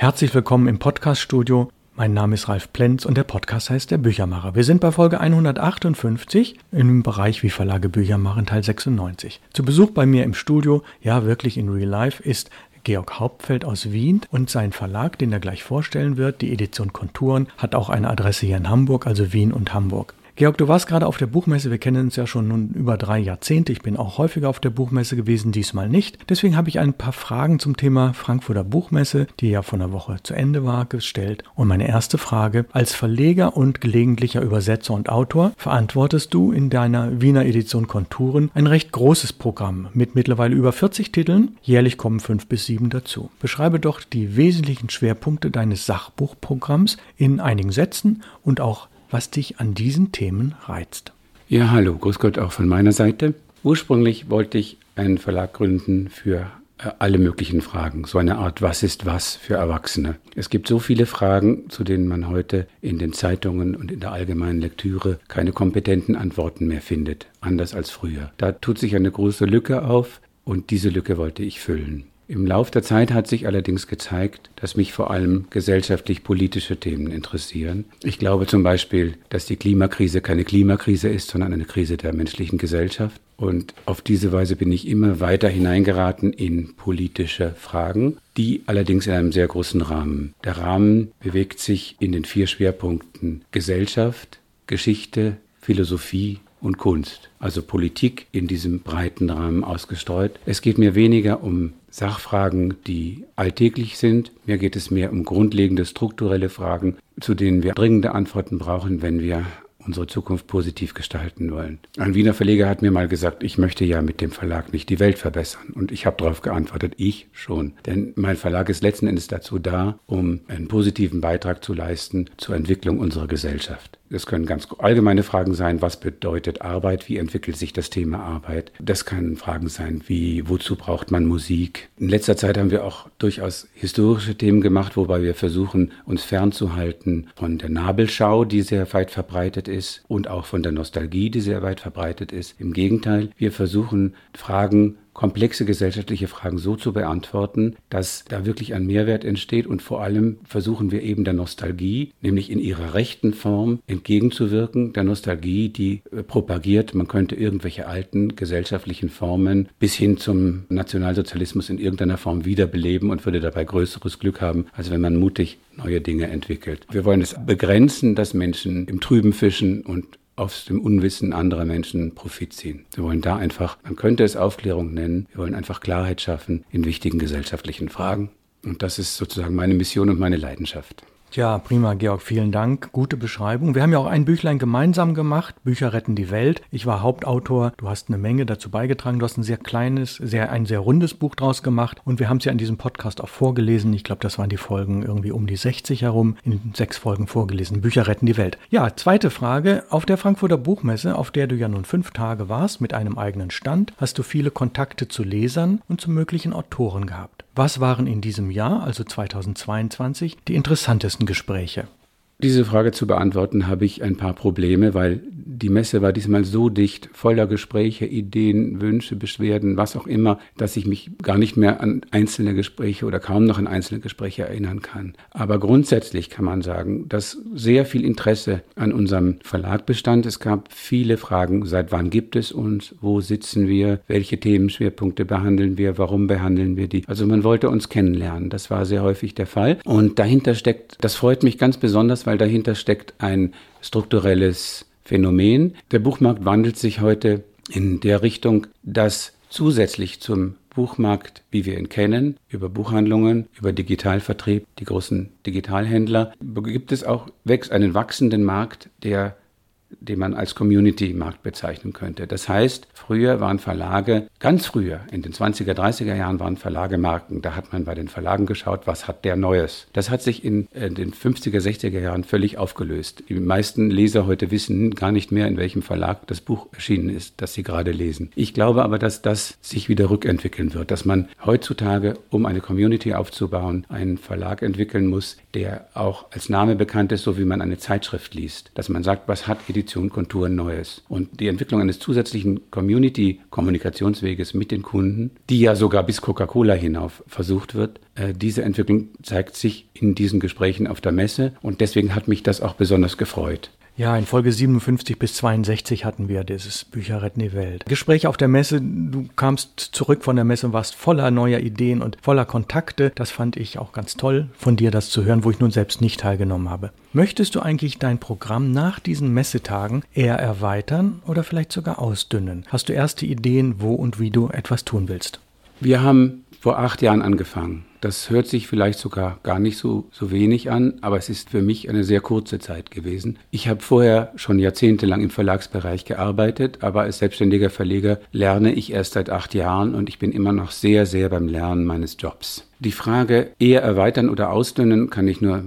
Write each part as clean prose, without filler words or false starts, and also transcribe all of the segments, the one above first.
Herzlich willkommen im Podcast-Studio. Mein Name ist Ralf Plenz und der Podcast heißt Der Büchermacher. Wir sind bei Folge 158 im Bereich Wie Verlage Bücher machen, Teil 96. Zu Besuch bei mir im Studio, ja wirklich in Real Life, ist Georg Hauptfeld aus Wien und sein Verlag, den er gleich vorstellen wird, die Edition Konturen, hat auch eine Adresse hier in Hamburg, also Wien und Hamburg. Georg, du warst gerade auf der Buchmesse, wir kennen uns ja schon nun über 3 Jahrzehnte, ich bin auch häufiger auf der Buchmesse gewesen, diesmal nicht. Deswegen habe ich ein paar Fragen zum Thema Frankfurter Buchmesse, die ja vor einer Woche zu Ende war, gestellt. Und meine erste Frage, als Verleger und gelegentlicher Übersetzer und Autor verantwortest du in deiner Wiener Edition Konturen ein recht großes Programm mit mittlerweile über 40 Titeln, jährlich kommen 5 bis 7 dazu. Beschreibe doch die wesentlichen Schwerpunkte deines Sachbuchprogramms in einigen Sätzen und auch was dich an diesen Themen reizt. Ja, hallo, grüß Gott auch von meiner Seite. Ursprünglich wollte ich einen Verlag gründen für alle möglichen Fragen, so eine Art Was ist was für Erwachsene. Es gibt so viele Fragen, zu denen man heute in den Zeitungen und in der allgemeinen Lektüre keine kompetenten Antworten mehr findet, anders als früher. Da tut sich eine große Lücke auf und diese Lücke wollte ich füllen. Im Lauf der Zeit hat sich allerdings gezeigt, dass mich vor allem gesellschaftlich-politische Themen interessieren. Ich glaube zum Beispiel, dass die Klimakrise keine Klimakrise ist, sondern eine Krise der menschlichen Gesellschaft. Und auf diese Weise bin ich immer weiter hineingeraten in politische Fragen, die allerdings in einem sehr großen Rahmen. Der Rahmen bewegt sich in den 4 Schwerpunkten Gesellschaft, Geschichte, Philosophie und Kunst, also Politik in diesem breiten Rahmen ausgestreut. Es geht mir weniger um Sachfragen, die alltäglich sind. Mir geht es mehr um grundlegende strukturelle Fragen, zu denen wir dringende Antworten brauchen, wenn wir unsere Zukunft positiv gestalten wollen. Ein Wiener Verleger hat mir mal gesagt, ich möchte ja mit dem Verlag nicht die Welt verbessern. Und ich habe darauf geantwortet, ich schon. Denn mein Verlag ist letzten Endes dazu da, um einen positiven Beitrag zu leisten zur Entwicklung unserer Gesellschaft. Das können ganz allgemeine Fragen sein, was bedeutet Arbeit, wie entwickelt sich das Thema Arbeit. Das können Fragen sein, wie, wozu braucht man Musik. In letzter Zeit haben wir auch durchaus historische Themen gemacht, wobei wir versuchen, uns fernzuhalten von der Nabelschau, die sehr weit verbreitet ist, und auch von der Nostalgie, die sehr weit verbreitet ist. Im Gegenteil, wir versuchen, komplexe gesellschaftliche Fragen so zu beantworten, dass da wirklich ein Mehrwert entsteht, und vor allem versuchen wir eben der Nostalgie, nämlich in ihrer rechten Form, entgegenzuwirken. Der Nostalgie, die propagiert, man könnte irgendwelche alten gesellschaftlichen Formen bis hin zum Nationalsozialismus in irgendeiner Form wiederbeleben und würde dabei größeres Glück haben, als wenn man mutig neue Dinge entwickelt. Wir wollen es begrenzen, dass Menschen im Trüben fischen und aus dem Unwissen anderer Menschen Profit ziehen. Wir wollen da einfach, man könnte es Aufklärung nennen, wir wollen einfach Klarheit schaffen in wichtigen gesellschaftlichen Fragen. Und das ist sozusagen meine Mission und meine Leidenschaft. Ja, prima, Georg, vielen Dank. Gute Beschreibung. Wir haben ja auch ein Büchlein gemeinsam gemacht, Bücher retten die Welt. Ich war Hauptautor, du hast eine Menge dazu beigetragen. Du hast ein sehr kleines, ein sehr rundes Buch draus gemacht und wir haben es ja in diesem Podcast auch vorgelesen. Ich glaube, das waren die Folgen irgendwie um die 60 herum, in 6 Folgen vorgelesen. Bücher retten die Welt. Ja, zweite Frage. Auf der Frankfurter Buchmesse, auf der du ja nun 5 Tage warst mit einem eigenen Stand, hast du viele Kontakte zu Lesern und zu möglichen Autoren gehabt. Was waren in diesem Jahr, also 2022, die interessantesten Gespräche? Diese Frage zu beantworten, habe ich ein paar Probleme, weil die Messe war diesmal so dicht, voller Gespräche, Ideen, Wünsche, Beschwerden, was auch immer, dass ich mich gar nicht mehr an einzelne Gespräche oder kaum noch an einzelne Gespräche erinnern kann. Aber grundsätzlich kann man sagen, dass sehr viel Interesse an unserem Verlag bestand. Es gab viele Fragen, seit wann gibt es uns, wo sitzen wir, welche Themenschwerpunkte behandeln wir, warum behandeln wir die. Also man wollte uns kennenlernen, das war sehr häufig der Fall. Und dahinter steckt, das freut mich ganz besonders, weil dahinter steckt ein strukturelles Phänomen. Der Buchmarkt wandelt sich heute in der Richtung, dass zusätzlich zum Buchmarkt, wie wir ihn kennen, über Buchhandlungen, über Digitalvertrieb, die großen Digitalhändler, gibt es auch einen wachsenden Markt, den man als Community-Markt bezeichnen könnte. Das heißt, früher waren Verlage, ganz früher, in den 20er, 30er Jahren waren Verlage Marken. Da hat man bei den Verlagen geschaut, was hat der Neues. Das hat sich in den 50er, 60er Jahren völlig aufgelöst. Die meisten Leser heute wissen gar nicht mehr, in welchem Verlag das Buch erschienen ist, das sie gerade lesen. Ich glaube aber, dass das sich wieder rückentwickeln wird, dass man heutzutage, um eine Community aufzubauen, einen Verlag entwickeln muss, der auch als Name bekannt ist, so wie man eine Zeitschrift liest. Dass man sagt, was hat Edition Position, Konturen Neues. Und die Entwicklung eines zusätzlichen Community-Kommunikationsweges mit den Kunden, die ja sogar bis Coca-Cola hinauf versucht wird, diese Entwicklung zeigt sich in diesen Gesprächen auf der Messe und deswegen hat mich das auch besonders gefreut. Ja, in Folge 57 bis 62 hatten wir dieses Bücher retten die Welt. Gespräch auf der Messe, du kamst zurück von der Messe und warst voller neuer Ideen und voller Kontakte. Das fand ich auch ganz toll von dir, das zu hören, wo ich nun selbst nicht teilgenommen habe. Möchtest du eigentlich dein Programm nach diesen Messetagen eher erweitern oder vielleicht sogar ausdünnen? Hast du erste Ideen, wo und wie du etwas tun willst? Wir haben vor 8 Jahren angefangen. Das hört sich vielleicht sogar gar nicht so wenig an, aber es ist für mich eine sehr kurze Zeit gewesen. Ich habe vorher schon jahrzehntelang im Verlagsbereich gearbeitet, aber als selbstständiger Verleger lerne ich erst seit 8 Jahren und ich bin immer noch sehr, sehr beim Lernen meines Jobs. Die Frage eher erweitern oder ausdünnen kann ich nur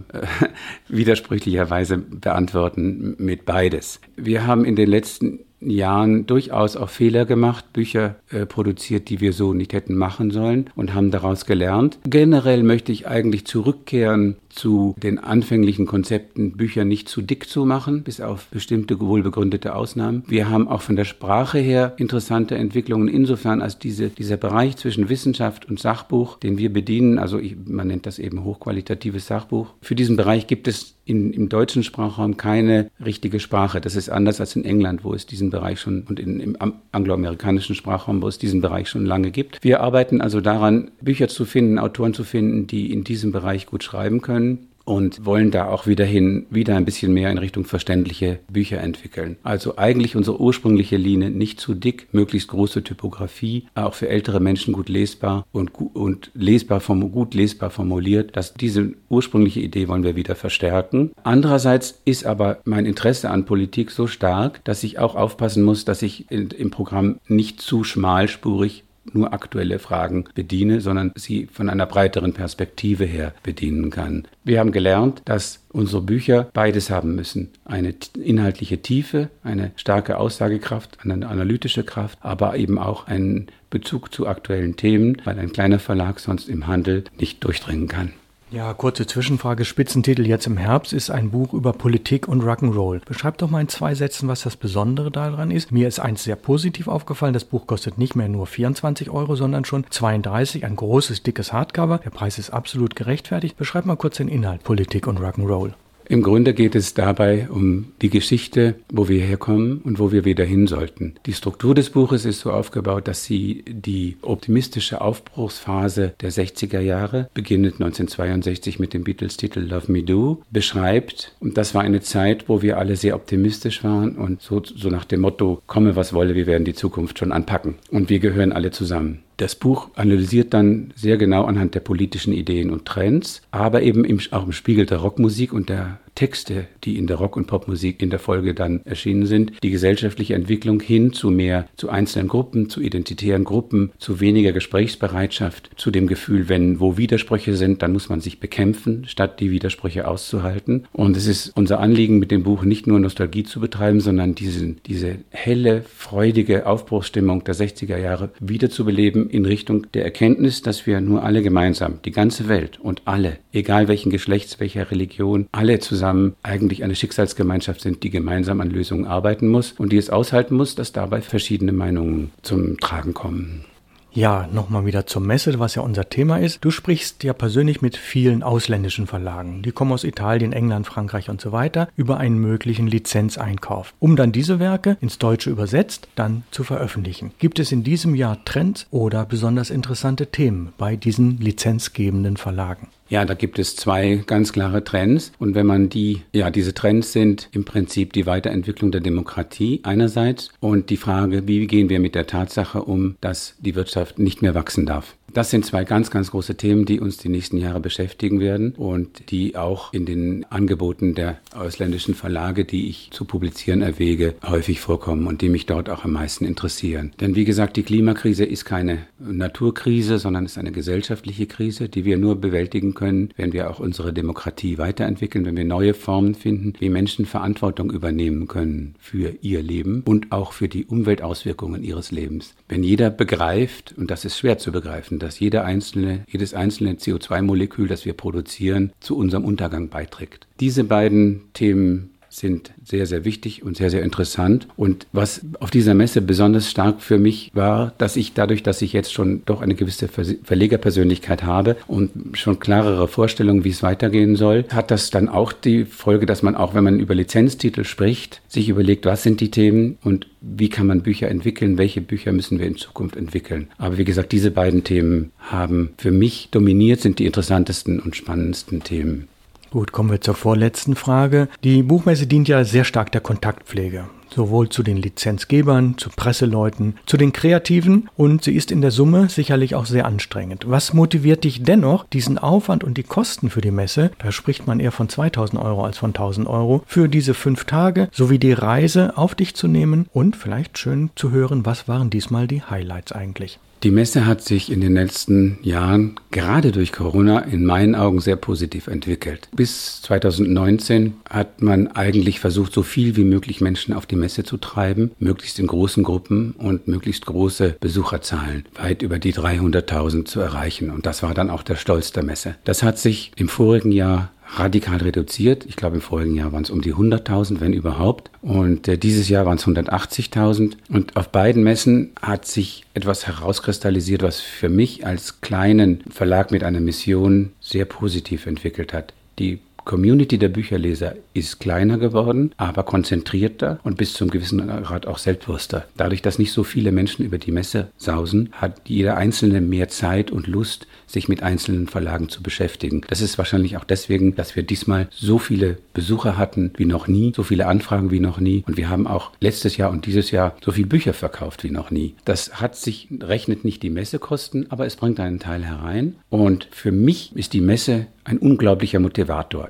widersprüchlicherweise beantworten mit beides. Wir haben in den letzten Jahren durchaus auch Fehler gemacht, Bücher produziert, die wir so nicht hätten machen sollen und haben daraus gelernt. Generell möchte ich eigentlich zurückkehren zu den anfänglichen Konzepten, Bücher nicht zu dick zu machen, bis auf bestimmte wohlbegründete Ausnahmen. Wir haben auch von der Sprache her interessante Entwicklungen insofern, als dieser Bereich zwischen Wissenschaft und Sachbuch, den wir bedienen, also man nennt das eben hochqualitatives Sachbuch. Für diesen Bereich gibt es im deutschen Sprachraum keine richtige Sprache. Das ist anders als in England, wo es diesen Bereich schon und im angloamerikanischen Sprachraum, wo es diesen Bereich schon lange gibt. Wir arbeiten also daran, Bücher zu finden, Autoren zu finden, die in diesem Bereich gut schreiben können und wollen da auch wieder ein bisschen mehr in Richtung verständliche Bücher entwickeln. Also eigentlich unsere ursprüngliche Linie, nicht zu dick, möglichst große Typografie, auch für ältere Menschen gut lesbar und gut lesbar formuliert. Diese ursprüngliche Idee wollen wir wieder verstärken. Andererseits ist aber mein Interesse an Politik so stark, dass ich auch aufpassen muss, dass ich im Programm nicht zu schmalspurig nur aktuelle Fragen bediene, sondern sie von einer breiteren Perspektive her bedienen kann. Wir haben gelernt, dass unsere Bücher beides haben müssen. Eine inhaltliche Tiefe, eine starke Aussagekraft, eine analytische Kraft, aber eben auch einen Bezug zu aktuellen Themen, weil ein kleiner Verlag sonst im Handel nicht durchdringen kann. Ja, kurze Zwischenfrage. Spitzentitel jetzt im Herbst ist ein Buch über Politik und Rock'n'Roll. Beschreib doch mal in 2 Sätzen, was das Besondere daran ist. Mir ist eins sehr positiv aufgefallen. Das Buch kostet nicht mehr nur 24 €, sondern schon 32. Ein großes, dickes Hardcover. Der Preis ist absolut gerechtfertigt. Beschreib mal kurz den Inhalt Politik und Rock'n'Roll. Im Grunde geht es dabei um die Geschichte, wo wir herkommen und wo wir wieder hin sollten. Die Struktur des Buches ist so aufgebaut, dass sie die optimistische Aufbruchsphase der 60er Jahre, beginnend 1962 mit dem Beatles-Titel Love Me Do, beschreibt. Und das war eine Zeit, wo wir alle sehr optimistisch waren und so nach dem Motto, komme was wolle, wir werden die Zukunft schon anpacken. Und wir gehören alle zusammen. Das Buch analysiert dann sehr genau anhand der politischen Ideen und Trends, aber eben auch im Spiegel der Rockmusik und der Texte, die in der Rock- und Popmusik in der Folge dann erschienen sind, die gesellschaftliche Entwicklung hin zu einzelnen Gruppen, zu identitären Gruppen, zu weniger Gesprächsbereitschaft, zu dem Gefühl, wo Widersprüche sind, dann muss man sich bekämpfen, statt die Widersprüche auszuhalten. Und es ist unser Anliegen, mit dem Buch nicht nur Nostalgie zu betreiben, sondern diese helle, freudige Aufbruchsstimmung der 60er Jahre wiederzubeleben in Richtung der Erkenntnis, dass wir nur alle gemeinsam, die ganze Welt und alle, egal welchen Geschlechts, welcher Religion, alle zusammen eigentlich eine Schicksalsgemeinschaft sind, die gemeinsam an Lösungen arbeiten muss und die es aushalten muss, dass dabei verschiedene Meinungen zum Tragen kommen. Ja, nochmal wieder zur Messe, was ja unser Thema ist. Du sprichst ja persönlich mit vielen ausländischen Verlagen. Die kommen aus Italien, England, Frankreich und so weiter, über einen möglichen Lizenzeinkauf, um dann diese Werke ins Deutsche übersetzt, dann zu veröffentlichen. Gibt es in diesem Jahr Trends oder besonders interessante Themen bei diesen lizenzgebenden Verlagen? Ja, da gibt es 2 ganz klare Trends. Und wenn man diese Trends sind im Prinzip die Weiterentwicklung der Demokratie einerseits und die Frage, wie gehen wir mit der Tatsache um, dass die Wirtschaft nicht mehr wachsen darf. Das sind 2 ganz, ganz große Themen, die uns die nächsten Jahre beschäftigen werden und die auch in den Angeboten der ausländischen Verlage, die ich zu publizieren erwäge, häufig vorkommen und die mich dort auch am meisten interessieren. Denn wie gesagt, die Klimakrise ist keine Naturkrise, sondern ist eine gesellschaftliche Krise, die wir nur bewältigen können, wenn wir auch unsere Demokratie weiterentwickeln, wenn wir neue Formen finden, wie Menschen Verantwortung übernehmen können für ihr Leben und auch für die Umweltauswirkungen ihres Lebens. Wenn jeder begreift, und das ist schwer zu begreifen, dass jedes einzelne CO2-Molekül, das wir produzieren, zu unserem Untergang beiträgt. Diese beiden Themen sind sehr, sehr wichtig und sehr, sehr interessant. Und was auf dieser Messe besonders stark für mich war, dass ich dadurch, dass ich jetzt schon doch eine gewisse Verlegerpersönlichkeit habe und schon klarere Vorstellungen, wie es weitergehen soll, hat das dann auch die Folge, dass man auch, wenn man über Lizenztitel spricht, sich überlegt, was sind die Themen und wie kann man Bücher entwickeln, welche Bücher müssen wir in Zukunft entwickeln. Aber wie gesagt, diese beiden Themen haben für mich dominiert, sind die interessantesten und spannendsten Themen. Gut, kommen wir zur vorletzten Frage. Die Buchmesse dient ja sehr stark der Kontaktpflege, sowohl zu den Lizenzgebern, zu Presseleuten, zu den Kreativen, und sie ist in der Summe sicherlich auch sehr anstrengend. Was motiviert dich dennoch, diesen Aufwand und die Kosten für die Messe, da spricht man eher von 2.000 Euro als von 1.000 Euro, für diese 5 Tage sowie die Reise auf dich zu nehmen und vielleicht schön zu hören, was waren diesmal die Highlights eigentlich? Die Messe hat sich in den letzten Jahren, gerade durch Corona, in meinen Augen sehr positiv entwickelt. Bis 2019 hat man eigentlich versucht, so viel wie möglich Menschen auf die Messe zu treiben, möglichst in großen Gruppen und möglichst große Besucherzahlen, weit über die 300.000 zu erreichen. Und das war dann auch der Stolz der Messe. Das hat sich im vorigen Jahr radikal reduziert. Ich glaube, im vorigen Jahr waren es um die 100.000, wenn überhaupt. Und dieses Jahr waren es 180.000. Und auf beiden Messen hat sich etwas herauskristallisiert, was für mich als kleinen Verlag mit einer Mission sehr positiv entwickelt hat. Die Community der Bücherleser ist kleiner geworden, aber konzentrierter und bis zum gewissen Grad auch selbstbewusster. Dadurch, dass nicht so viele Menschen über die Messe sausen, hat jeder Einzelne mehr Zeit und Lust, sich mit einzelnen Verlagen zu beschäftigen. Das ist wahrscheinlich auch deswegen, dass wir diesmal so viele Besucher hatten wie noch nie, so viele Anfragen wie noch nie, und wir haben auch letztes Jahr und dieses Jahr so viele Bücher verkauft wie noch nie. Das rechnet nicht die Messekosten, aber es bringt einen Teil herein, und für mich ist die Messe ein unglaublicher Motivator.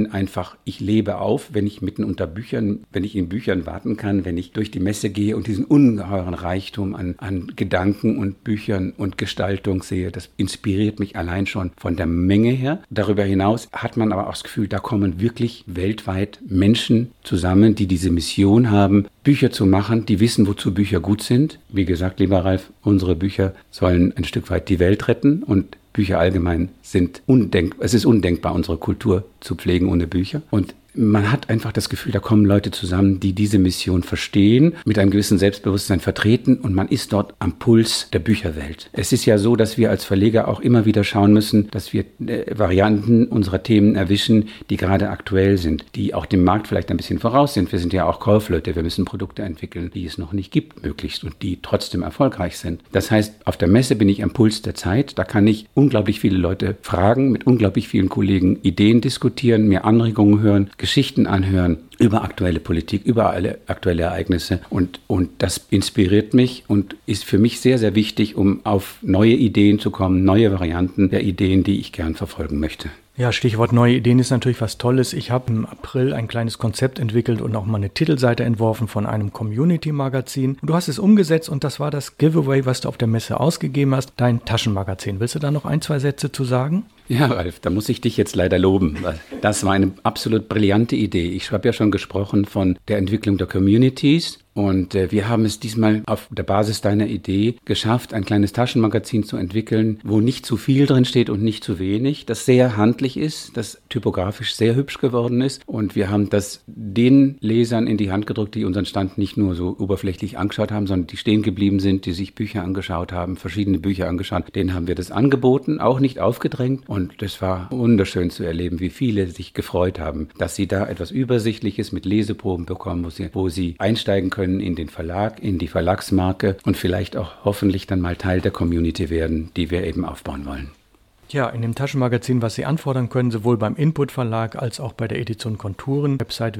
Ich lebe auf, wenn ich mitten unter Büchern, wenn ich in Büchern warten kann, wenn ich durch die Messe gehe und diesen ungeheuren Reichtum an Gedanken und Büchern und Gestaltung sehe. Das inspiriert mich allein schon von der Menge her. Darüber hinaus hat man aber auch das Gefühl, da kommen wirklich weltweit Menschen zusammen, die diese Mission haben, Bücher zu machen, die wissen, wozu Bücher gut sind. Wie gesagt, lieber Ralf, unsere Bücher sollen ein Stück weit die Welt retten, und Bücher allgemein sind undenkbar. Es ist undenkbar, unsere Kultur zu pflegen ohne Bücher. Und man hat einfach das Gefühl, da kommen Leute zusammen, die diese Mission verstehen, mit einem gewissen Selbstbewusstsein vertreten, und man ist dort am Puls der Bücherwelt. Es ist ja so, dass wir als Verleger auch immer wieder schauen müssen, dass wir Varianten unserer Themen erwischen, die gerade aktuell sind, die auch dem Markt vielleicht ein bisschen voraus sind. Wir sind ja auch Kaufleute, wir müssen Produkte entwickeln, die es noch nicht gibt, möglichst, und die trotzdem erfolgreich sind. Das heißt, auf der Messe bin ich am Puls der Zeit, da kann ich unglaublich viele Leute fragen, mit unglaublich vielen Kollegen Ideen diskutieren, mir Anregungen hören, Geschichten anhören über aktuelle Politik, über alle aktuelle Ereignisse, und das inspiriert mich und ist für mich sehr, sehr wichtig, um auf neue Ideen zu kommen, neue Varianten der Ideen, die ich gern verfolgen möchte. Ja, Stichwort neue Ideen ist natürlich was Tolles. Ich habe im April ein kleines Konzept entwickelt und auch mal eine Titelseite entworfen von einem Community-Magazin. Du hast es umgesetzt, und das war das Giveaway, was du auf der Messe ausgegeben hast, dein Taschenmagazin. Willst du da noch 1, 2 Sätze zu sagen? Ja, Ralf, da muss ich dich jetzt leider loben, weil das war eine absolut brillante Idee. Ich habe ja schon gesprochen von der Entwicklung der Communities. Und wir haben es diesmal auf der Basis deiner Idee geschafft, ein kleines Taschenmagazin zu entwickeln, wo nicht zu viel drin steht und nicht zu wenig, das sehr handlich ist, das typografisch sehr hübsch geworden ist. Und wir haben das den Lesern in die Hand gedrückt, die unseren Stand nicht nur so oberflächlich angeschaut haben, sondern die stehen geblieben sind, die sich Bücher angeschaut haben, verschiedene Bücher angeschaut. Denen haben wir das angeboten, auch nicht aufgedrängt. Und das war wunderschön zu erleben, wie viele sich gefreut haben, dass sie da etwas Übersichtliches mit Leseproben bekommen, wo sie einsteigen können in den Verlag, in die Verlagsmarke und vielleicht auch hoffentlich dann mal Teil der Community werden, die wir eben aufbauen wollen. Ja, in dem Taschenmagazin, was Sie anfordern können, sowohl beim Input Verlag als auch bei der Edition Konturen, Website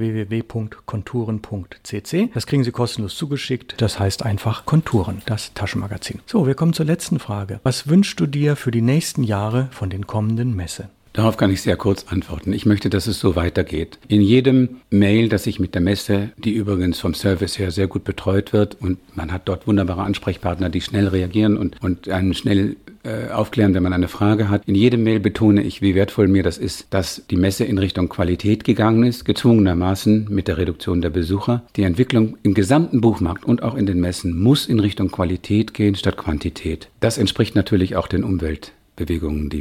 www.konturen.cc. Das kriegen Sie kostenlos zugeschickt. Das heißt einfach Konturen, das Taschenmagazin. So, wir kommen zur letzten Frage. Was wünschst du dir für die nächsten Jahre von den kommenden Messe? Darauf kann ich sehr kurz antworten. Ich möchte, dass es so weitergeht. In jedem Mail, das ich mit der Messe, die übrigens vom Service her sehr gut betreut wird, und man hat dort wunderbare Ansprechpartner, die schnell reagieren und einen schnell aufklären, wenn man eine Frage hat. In jedem Mail betone ich, wie wertvoll mir das ist, dass die Messe in Richtung Qualität gegangen ist, gezwungenermaßen mit der Reduktion der Besucher. Die Entwicklung im gesamten Buchmarkt und auch in den Messen muss in Richtung Qualität gehen statt Quantität. Das entspricht natürlich auch den Umweltbewegungen, die wir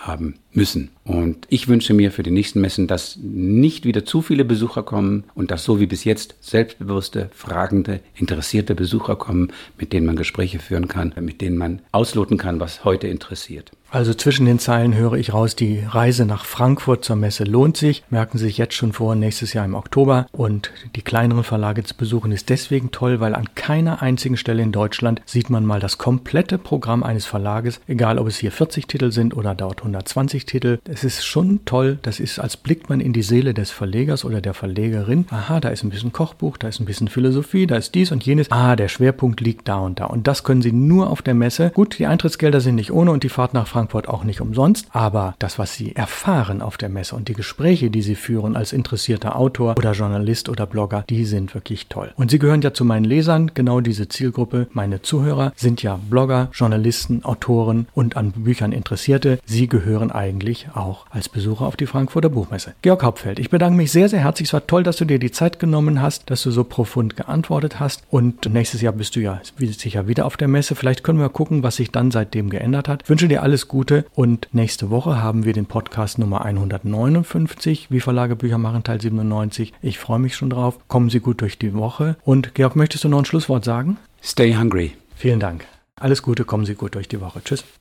haben müssen. Und ich wünsche mir für die nächsten Messen, dass nicht wieder zu viele Besucher kommen und dass so wie bis jetzt selbstbewusste, fragende, interessierte Besucher kommen, mit denen man Gespräche führen kann, mit denen man ausloten kann, was heute interessiert. Also zwischen den Zeilen höre ich raus, die Reise nach Frankfurt zur Messe lohnt sich. Merken Sie sich jetzt schon vor, nächstes Jahr im Oktober. Und die kleineren Verlage zu besuchen ist deswegen toll, weil an keiner einzigen Stelle in Deutschland sieht man mal das komplette Programm eines Verlages, egal ob es hier 40 Titel sind oder dort 120 Titel. Es ist schon toll, das ist, als blickt man in die Seele des Verlegers oder der Verlegerin. Aha, da ist ein bisschen Kochbuch, da ist ein bisschen Philosophie, da ist dies und jenes. Ah, der Schwerpunkt liegt da und da. Und das können Sie nur auf der Messe. Gut, die Eintrittsgelder sind nicht ohne und die Fahrt nach Frankfurt auch nicht umsonst, aber das, was Sie erfahren auf der Messe und die Gespräche, die Sie führen als interessierter Autor oder Journalist oder Blogger, die sind wirklich toll. Und Sie gehören ja zu meinen Lesern, genau diese Zielgruppe. Meine Zuhörer sind ja Blogger, Journalisten, Autoren und an Büchern Interessierte. Sie gehören eigentlich auch als Besucher auf die Frankfurter Buchmesse. Georg Hauptfeld, ich bedanke mich sehr, sehr herzlich. Es war toll, dass du dir die Zeit genommen hast, dass du so profund geantwortet hast und nächstes Jahr bist du ja sicher wieder auf der Messe. Vielleicht können wir gucken, was sich dann seitdem geändert hat. Ich wünsche dir alles Gute und nächste Woche haben wir den Podcast Nummer 159, wie Verlage Bücher machen, Teil 97. Ich freue mich schon drauf. Kommen Sie gut durch die Woche. Und Georg, möchtest du noch ein Schlusswort sagen? Stay hungry. Vielen Dank. Alles Gute, kommen Sie gut durch die Woche. Tschüss.